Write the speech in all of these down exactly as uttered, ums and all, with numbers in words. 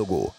Villogó,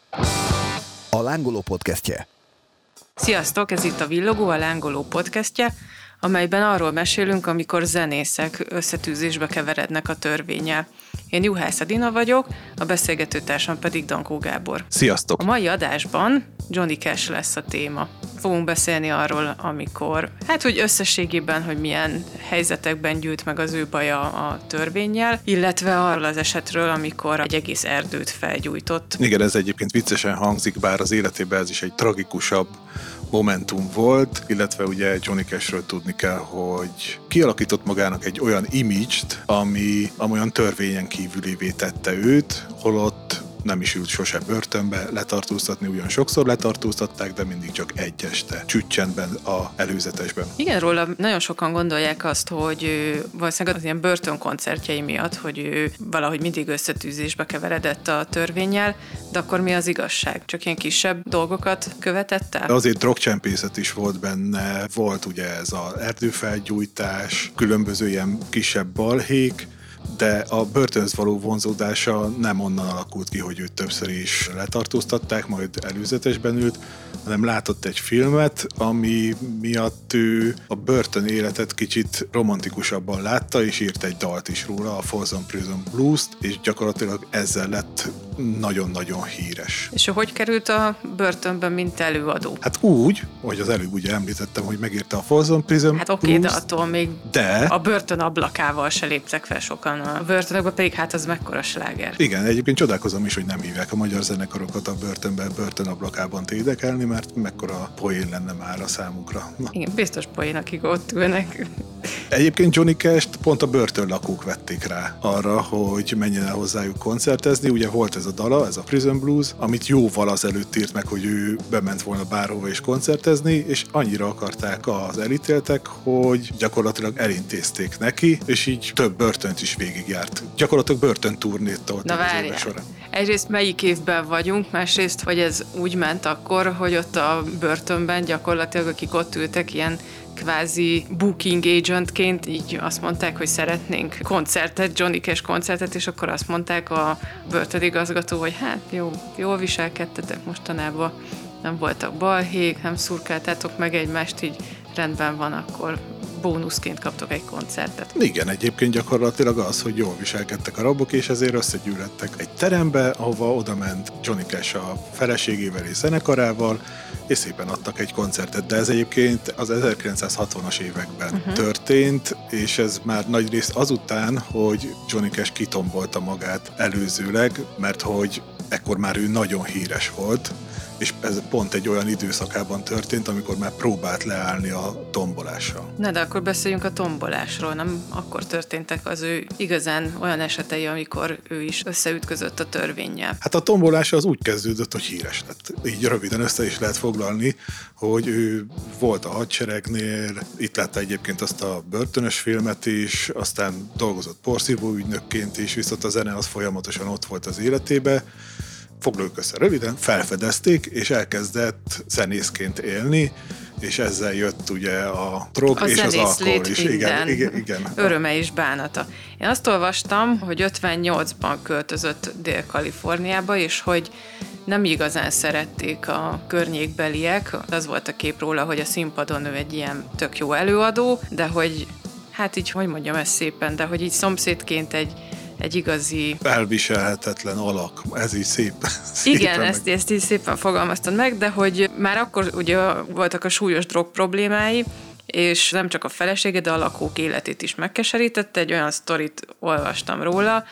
a Lángoló podcastje. Sziasztok, ez itt a Villogó, a Lángoló podcastje, amelyben arról mesélünk, amikor zenészek összetűzésbe keverednek a törvénnyel. Én Juhász Adina vagyok, a beszélgetőtársam pedig Dankó Gábor. Sziasztok! A mai adásban Johnny Cash lesz a téma. Fogunk beszélni arról, amikor, hát hogy összességében, hogy milyen helyzetekben gyűlt meg az ő baja a törvénnyel, illetve arról az esetről, amikor egy egész erdőt felgyújtott. Igen, ez egyébként viccesen hangzik, bár az életében ez is egy tragikusabb momentum volt, illetve ugye Johnny Cashről tudni kell, hogy kialakított magának egy olyan image-t, ami amolyan törvényen kívülévé tette őt, holott nem is ült sose börtönbe, letartóztatni ugyan sokszor letartóztatták, de mindig csak egy este, csüccsentben a előzetesben. Igen, róla nagyon sokan gondolják azt, hogy ő, valószínűleg az ilyen börtönkoncertjei miatt, hogy ő valahogy mindig összetűzésbe keveredett a törvénnyel, de akkor mi az igazság? Csak ilyen kisebb dolgokat követett el? Azért drogcsempészet is volt benne, volt ugye ez az erdőfelgyújtás, különböző ilyen kisebb balhék, de a börtönhöz való vonzódása nem onnan alakult ki, hogy őt többször is letartóztatták, majd előzetesben ült, hanem látott egy filmet, ami miatt ő a börtön életet kicsit romantikusabban látta, és írt egy dalt is róla, a Folsom Prison Blues-t, és gyakorlatilag ezzel lett nagyon-nagyon híres. És hogy került a börtönben, mint előadó? Hát úgy, hogy az előbb ugye említettem, hogy megírta a Folsom Prison Hát oké, okay, de attól még de... a börtön ablakával se léptek fel sokan a börtönökbe, pedig hát az mekkora sláger. Igen, egyébként csodálkozom is, hogy nem hívják a magyar zenekarokat a börtönbe börtön ablakában tédekelni, mert mekkora poén lenne már a számukra. Na. Igen, biztos poén, akik ott ülnek. Egyébként Johnny Cash-t pont a börtönlakók vették rá arra, hogy menjen el hozzájuk koncertezni. Ugye volt ez a dala, ez a Prison Blues, amit jóval azelőtt írt meg, hogy ő bement volna bárhova is koncertezni, és annyira akarták az elítéltek, hogy gyakorlatilag elintézték neki, és így több börtönt is végigjárt. Gyakorlatilag börtönturnét toltak az éve során. Egyrészt melyik évben vagyunk, másrészt, hogy ez úgy ment akkor, hogy ott a börtönben gyakorlatilag, akik ott ültek, ilyen kvázi booking agentként így azt mondták, hogy szeretnénk koncertet, Johnny Cash koncertet, és akkor azt mondták a börtönigazgató, hogy hát jó, jól viselkedtetek mostanában, nem voltak balhék, nem szurkáltátok meg egymást, így rendben van, akkor bónuszként kaptok egy koncertet. Igen, egyébként gyakorlatilag az, hogy jól viselkedtek a rabok, és ezért összegyűlöttek egy terembe, ahova oda ment Johnny Cash a feleségével és zenekarával, és szépen adtak egy koncertet. De ez egyébként az ezerkilencszázhatvanas években uh-huh. történt, és ez már nagyrészt azután, hogy Johnny Cash kitombolta magát előzőleg, mert hogy ekkor már ő nagyon híres volt, és ez pont egy olyan időszakában történt, amikor már próbált leállni a tombolással. Na, de akkor beszéljünk a tombolásról, nem akkor történtek az ő igazán olyan esetei, amikor ő is összeütközött a törvénnyel. Hát a tombolás az úgy kezdődött, hogy híres lett. Így röviden össze is lehet foglalni, hogy ő volt a hadseregnél, itt látta egyébként azt a börtönös filmet is, aztán dolgozott porszívó ügynökként is, viszont a zene az folyamatosan ott volt az életébe. Foglaljuk össze röviden, felfedezték, és elkezdett zenészként élni, és ezzel jött ugye a drog a és az alkohol is. Igen, igen, igen. Öröme és bánata. Én azt olvastam, hogy ötvennyolcban költözött Dél-Kaliforniába, és hogy nem igazán szerették a környékbeliek. Az volt a kép róla, hogy a színpadon ő egy ilyen tök jó előadó, de hogy, hát így, hogy mondjam ezt szépen, de hogy így szomszédként egy egy igazi... elviselhetetlen alak. Ez így szép. Igen, ezt, ezt így szépen fogalmaztad meg, de hogy már akkor ugye voltak a súlyos drog problémái, és nem csak a felesége, de a lakók életét is megkeserítette. Egy olyan sztorit olvastam róla,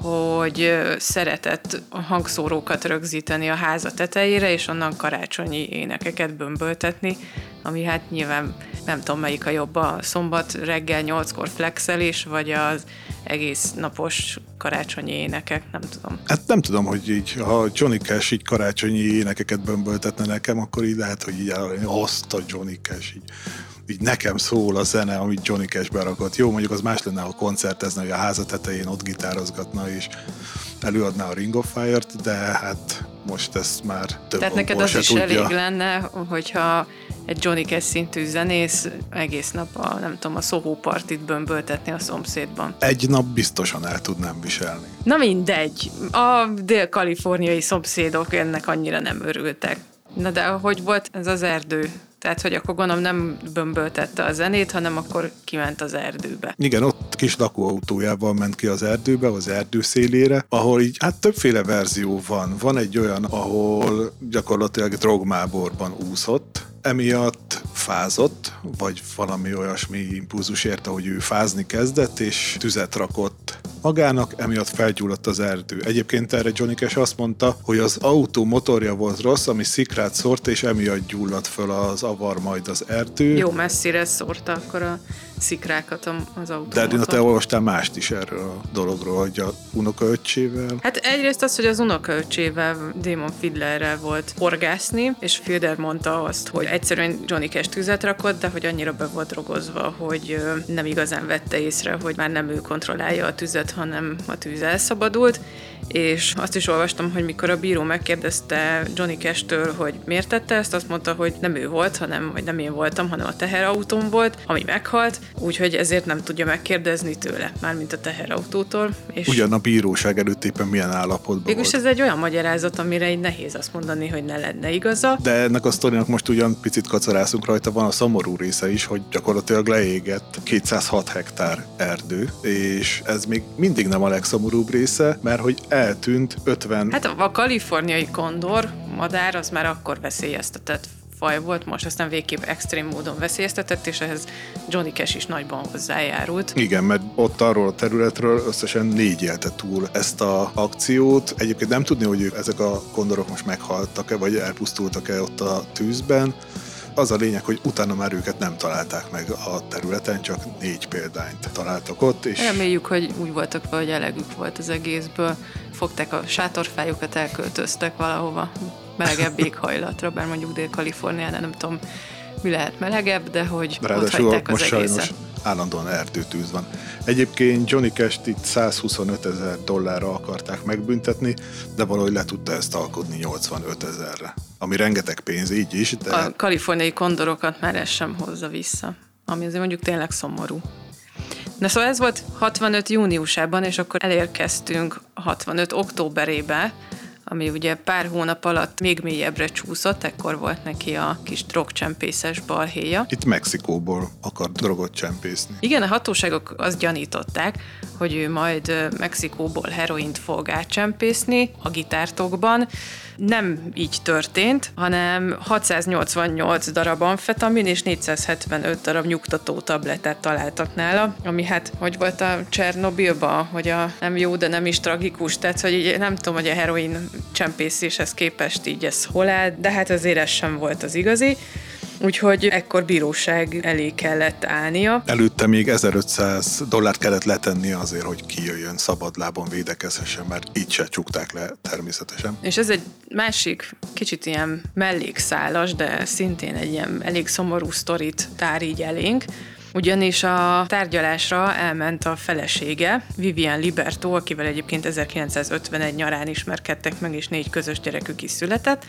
hogy szeretett a hangszórókat rögzíteni a háza tetejére, és onnan karácsonyi énekeket bömböltetni, ami hát nyilván nem tudom melyik a jobb, a szombat reggel nyolckor flexelés, vagy az egész napos karácsonyi énekek, nem tudom. Hát nem tudom, hogy így, ha Johnny Cash így karácsonyi énekeket bömböltetne nekem, akkor így lehet, hogy így ellenni, azt a Johnny Cash így. így nekem szól a zene, amit Johnny Cash berakott. Jó, mondjuk az más lenne, ha koncertezne, hogy a háza tetején ott gitározgatna és előadná a Ring of Fire-t, de hát most ezt már több Tehát neked okból az se is tudja. elég lenne, hogyha egy Johnny Cash szintű zenész egész nap a, nem tudom, a Soho partit bömböltetni a szomszédban. Egy nap biztosan el tudnám viselni. Na mindegy, a dél-kaliforniai szomszédok ennek annyira nem örültek. Na de hogy volt ez az erdő? Tehát, hogy akkor gondolom nem bömböltette a zenét, hanem akkor kiment az erdőbe. Igen, ott kis lakóautójával ment ki az erdőbe, az erdő szélére, ahol így, hát többféle verzió van. Van egy olyan, ahol gyakorlatilag drogmáborban úszott, emiatt fázott, vagy valami olyasmi impulzus érte, hogy ő fázni kezdett, és tüzet rakott magának, emiatt felgyulladt az erdő. Egyébként erre Johnny Cash azt mondta, hogy az autó motorja volt rossz, ami szikrát szórt, és emiatt gyulladt föl az avar, majd az erdő. Jó messzire szórta akkor a szikrákat az autó. De Edina, te olvastál mást is erről a dologról, hogy a unokaöccsével. Hát egyrészt az, hogy az unokaöccsével, Damon Fiddlerrel volt horgászni, és Fiddler mondta azt, hogy egyszerűen Johnny Cash tüzet rakott, de hogy annyira be volt drogozva, hogy nem igazán vette észre, hogy már nem ő kontrollálja a tüzet, hanem a tűz elszabadult. És azt is olvastam, hogy mikor a bíró megkérdezte Johnny Cash-től, hogy miért tette ezt, azt mondta, hogy nem ő volt, hanem, vagy nem én voltam, hanem a teherautóm volt, ami meghalt, úgyhogy ezért nem tudja megkérdezni tőle, mármint a teherautótól. És ugyan a bíróság előtt éppen milyen állapotban végülis volt. ez egy olyan magyarázat, amire így nehéz azt mondani, hogy ne lenne igaza. De ennek a sztorinak most ugyan picit kacarászunk rajta, van a szomorú része is, hogy gyakorlatilag leégett kétszázhat hektár erdő, és ez még mindig nem a legszomorúbb része, mert hogy eltűnt ötven... Hát a kaliforniai kondor madár az már akkor veszélyeztetett faj volt, most aztán végképp extrém módon veszélyeztetett, és ehhez Johnny Cash is nagyban hozzájárult. Igen, mert ott arról a területről összesen négy élte túl ezt az akciót. Egyébként nem tudni, hogy ezek a kondorok most meghaltak-e, vagy elpusztultak-e ott a tűzben. Az a lényeg, hogy utána már őket nem találták meg a területen, csak négy példányt találtak ott. És reméljük, hogy úgy voltak, hogy elegük volt az egészből. Fogták a sátorfájukat, elköltöztek valahova melegebb éghajlatra, bár mondjuk Dél-Kaliforniánál nem tudom, mi lehet melegebb, de hogy ráadásul ott hagyták az most egészet. sajnos állandóan erdőtűz van. Egyébként Johnny Cash-t itt százhuszonöt ezer dollárra akarták megbüntetni, de valahogy le tudta ezt alkotni nyolcvanöt ezerre. Ami rengeteg pénz így is, de... A kaliforniai kondorokat már ez sem hozza vissza, ami azért mondjuk tényleg szomorú. Na szóval ez volt hatvanöt júniusában, és akkor elérkeztünk hatvanöt októberébe, ami ugye pár hónap alatt még mélyebbre csúszott, ekkor volt neki a kis drogcsempészes balhéja. Itt Mexikóból akar drogot csempészni. Igen, a hatóságok azt gyanították, hogy ő majd Mexikóból heroint fog átcsempészni a gitártokban. Nem így történt, hanem hatszáznyolcvannyolc darab amfetamin és négyszázhetvenöt darab nyugtató tablettát találtak nála, ami hát, hogy volt a Csernobilban, hogy a nem jó, de nem is tragikus, tehát hogy így nem tudom, hogy a heroin csempészéshez képest így ez hol áll, de hát azért ez sem volt az igazi. Úgyhogy ekkor bíróság elé kellett állnia. Előtte még ezerötszáz dollárt kellett letennie azért, hogy kijöjjön szabadlábon védekezhessen, mert így se csukták le természetesen. És ez egy másik, kicsit ilyen mellékszálas, de szintén egy ilyen elég szomorú sztorit tár így elénk. Ugyanis a tárgyalásra elment a felesége, Vivian Liberto, akivel egyébként ezerkilencszázötvenegy nyarán ismerkedtek meg, és négy közös gyerekük is született.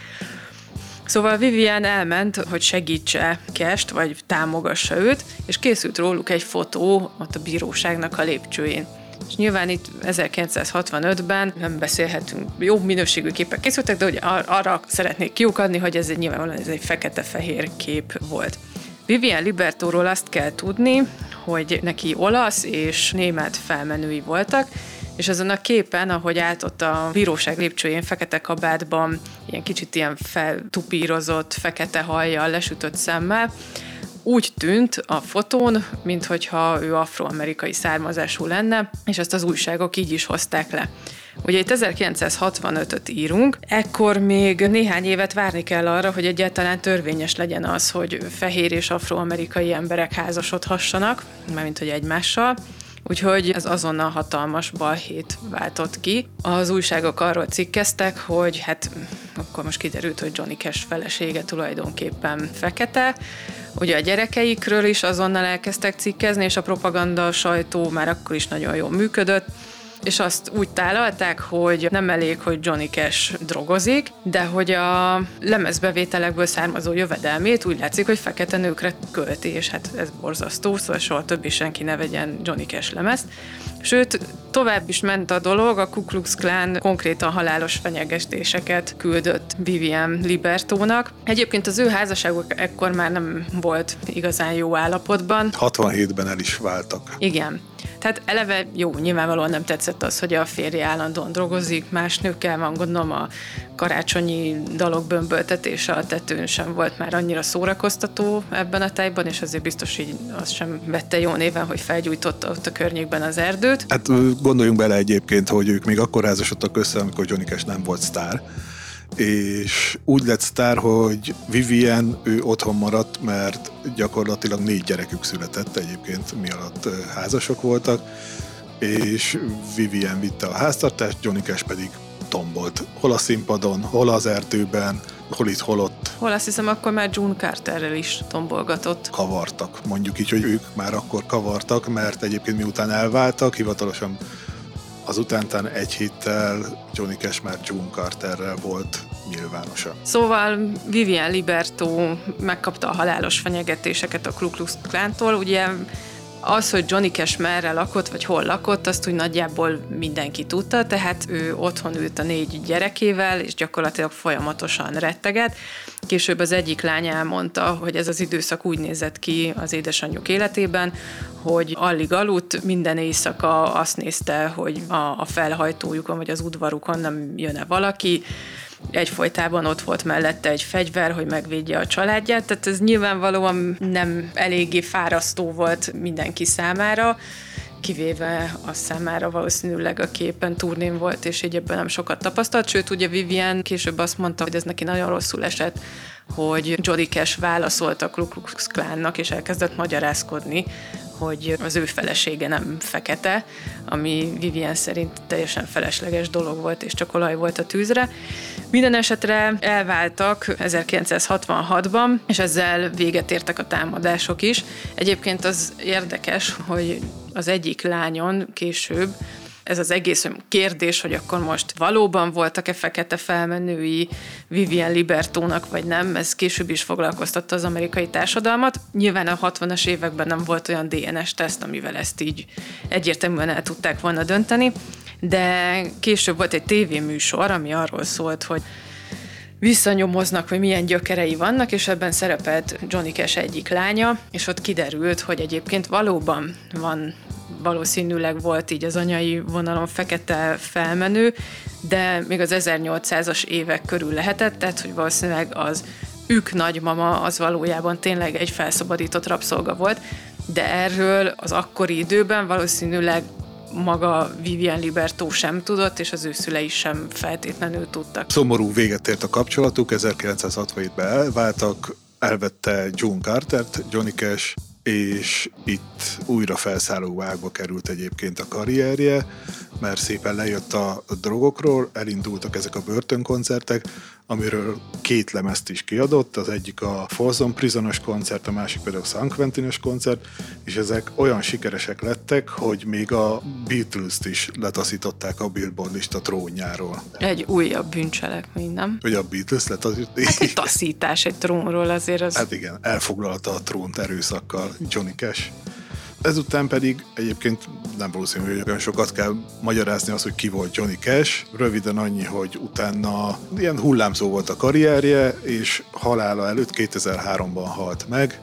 Szóval Vivian elment, hogy segítse Cash-t, vagy támogassa őt, és készült róluk egy fotó ott a bíróságnak a lépcsőjén. És nyilván itt ezerkilencszázhatvanötben nem beszélhetünk, jó minőségű képek készültek, de ugye arra szeretnék kiukadni, hogy ez egy nyilvánvalóan ez egy fekete-fehér kép volt. Vivian Libertóról azt kell tudni, hogy neki olasz és német felmenői voltak, és azon a képen, ahogy állt ott a bíróság lépcsőjén fekete kabátban, ilyen kicsit ilyen feltupírozott, fekete hajjal, lesütött szemmel, úgy tűnt a fotón, minthogyha ő afroamerikai származású lenne, és ezt az újságok így is hozták le. Ugye itt ezerkilencszázhatvanötöt írunk, ekkor még néhány évet várni kell arra, hogy egyáltalán törvényes legyen az, hogy fehér és afroamerikai emberek házasodhassanak, mármint hogy egymással. Úgyhogy ez azonnal hatalmas balhét váltott ki. Az újságok arról cikkeztek, hogy hát akkor most kiderült, hogy Johnny Cash felesége tulajdonképpen fekete. Ugye a gyerekeikről is azonnal elkezdtek cikkezni, és a propaganda sajtó már akkor is nagyon jól működött. és azt úgy tálalták, hogy nem elég, hogy Johnny Cash drogozik, de hogy a lemezbevételekből származó jövedelmét úgy látszik, hogy fekete nőkre költi, és hát ez borzasztó, szóval soha többé senki ne vegyen Johnny Cash lemezt. Sőt, tovább is ment a dolog, a Ku Klux Klan konkrétan halálos fenyegetéseket küldött Vivian Libertónak. Egyébként az ő házasságuk ekkor már nem volt igazán jó állapotban. hatvanhétben el is váltak. Igen. Tehát eleve jó, nyilvánvalóan nem tetszett az, hogy a férje állandóan drogozik, más nőkkel van, gondolom a karácsonyi dalok bömböltetése a tetőn sem volt már annyira szórakoztató ebben a tájban, és azért biztos így azt sem vette jó néven, hogy felgyújtotta ott a környékben az erdőt. Hát gondoljunk bele egyébként, hogy ők még akkor házasodtak össze, amikor Johnny Cash nem volt sztár, és úgy lett sztár, hogy Vivian, ő otthon maradt, mert gyakorlatilag négy gyerekük született egyébként, mi alatt házasok voltak, és Vivian vitte a háztartást, Johnny Cash pedig tombolt. Hol a színpadon, hol az erdőben, hol itt, hol ott. Hol azt hiszem, akkor már June Carterrel is tombolgatott. Kavartak. Mondjuk így, hogy ők már akkor kavartak, mert egyébként miután elváltak, hivatalosan azután egy héttel Johnny Cash már June Carterrel volt nyilvánosan. Szóval Vivian Liberto megkapta a halálos fenyegetéseket a Ku Klux Klantól. Ugye az, hogy Johnny Cash merre lakott, vagy hol lakott, azt úgy nagyjából mindenki tudta, tehát ő otthon ült a négy gyerekével, és gyakorlatilag folyamatosan retteget. Később az egyik lány elmondta, hogy ez az időszak úgy nézett ki az édesanyjuk életében, hogy alig aludt, minden éjszaka azt nézte, hogy a, a felhajtójukon, vagy az udvarukon nem jön-e valaki, egyfolytában ott volt mellette egy fegyver, hogy megvédje a családját, tehát ez nyilvánvalóan nem eléggé fárasztó volt mindenki számára, kivéve a számára valószínűleg a képen turnén volt, és így ebben nem sokat tapasztalt, sőt ugye Vivian később azt mondta, hogy ez neki nagyon rosszul esett, hogy Johnny Cash válaszolt a Ku Klux Klannak, és elkezdett magyarázkodni, hogy az ő felesége nem fekete, ami Vivian szerint teljesen felesleges dolog volt, és csak olaj volt a tűzre. Minden esetre elváltak ezerkilencszázhatvanhatban, és ezzel véget értek a támadások is. Egyébként az érdekes, hogy az egyik lányon később ez az egész kérdés, hogy akkor most valóban voltak-e fekete felmenői Vivian Libertónak, vagy nem, ez később is foglalkoztatta az amerikai társadalmat. Nyilván a hatvanas években nem volt olyan dé en es-teszt, amivel ezt így egyértelműen el tudták volna dönteni, de később volt egy tévéműsor, ami arról szólt, hogy visszanyomoznak, hogy milyen gyökerei vannak, és ebben szerepelt Johnny Cash egyik lánya, és ott kiderült, hogy egyébként valóban van, valószínűleg volt így az anyai vonalon fekete felmenő, de még az ezernyolcszázas évek körül lehetett, tehát hogy valószínűleg az ők nagymama az valójában tényleg egy felszabadított rabszolga volt, de erről az akkori időben valószínűleg maga Vivian Liberto sem tudott, és az ő szülei sem feltétlenül tudtak. Szomorú véget ért a kapcsolatuk, ezerkilencszázhatvanhétben elváltak, elvette June Cartert, Johnny Cash, és itt újra felszálló ágba került egyébként a karrierje, mert szépen lejött a drogokról, elindultak ezek a börtönkoncertek, amiről két lemezt is kiadott, az egyik a Folsom Prisonos koncert, a másik pedig a San Quentinos koncert, és ezek olyan sikeresek lettek, hogy még a Beatles-t is letaszították a Billboard lista trónjáról. Egy újabb bűncselekmény, nem? Hogy a Beatles letaszították? Hát egy taszítás egy trónról azért az... Hát igen, elfoglalta a trónt erőszakkal Johnny Cash. Ezután pedig egyébként nem valószínű, hogy olyan sokat kell magyarázni az, hogy ki volt Johnny Cash. Röviden annyi, hogy utána ilyen hullámzó volt a karrierje, és halála előtt kétezer-háromban halt meg.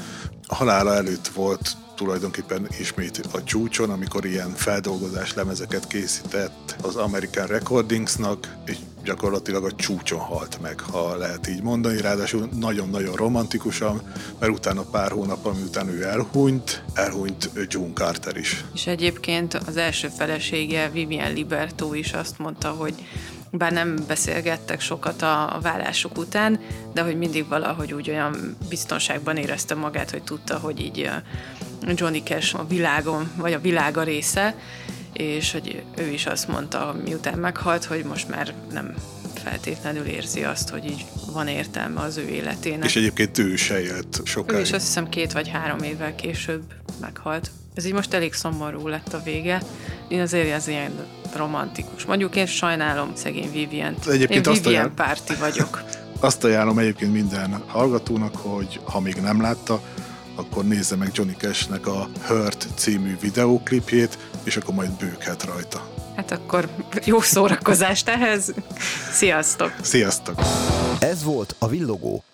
A halála előtt volt tulajdonképpen ismét a csúcson, amikor ilyen feldolgozás lemezeket készített az American Recordingsnak, és gyakorlatilag a csúcson halt meg, ha lehet így mondani, ráadásul nagyon-nagyon romantikusan, mert utána pár hónap, ami után ő elhunyt, elhunyt June Carter is. És egyébként az első felesége, Vivian Liberto is azt mondta, hogy bár nem beszélgettek sokat a vállásuk után, de hogy mindig valahogy úgy olyan biztonságban érezte magát, hogy tudta, hogy így Johnny Cash a világon, vagy a világa része, és hogy ő is azt mondta, miután meghalt, hogy most már nem feltétlenül érzi azt, hogy így van értelme az ő életének. És egyébként ő se élt sokáig. Ő is azt hiszem két vagy három évvel később meghalt. Ez így most elég szomorú lett a vége, Én azért ez ilyen romantikus. Mondjuk én sajnálom szegény Vivient. Egyébként én azt Vivien ajánl... párti vagyok. Azt ajánlom egyébként minden hallgatónak, hogy ha még nem látta, akkor nézze meg Johnny Cash-nek a Hurt című videóklipjét, és akkor majd bőghet rajta. Hát akkor jó szórakozást ehhez. Sziasztok! Sziasztok! Ez volt a Villogó,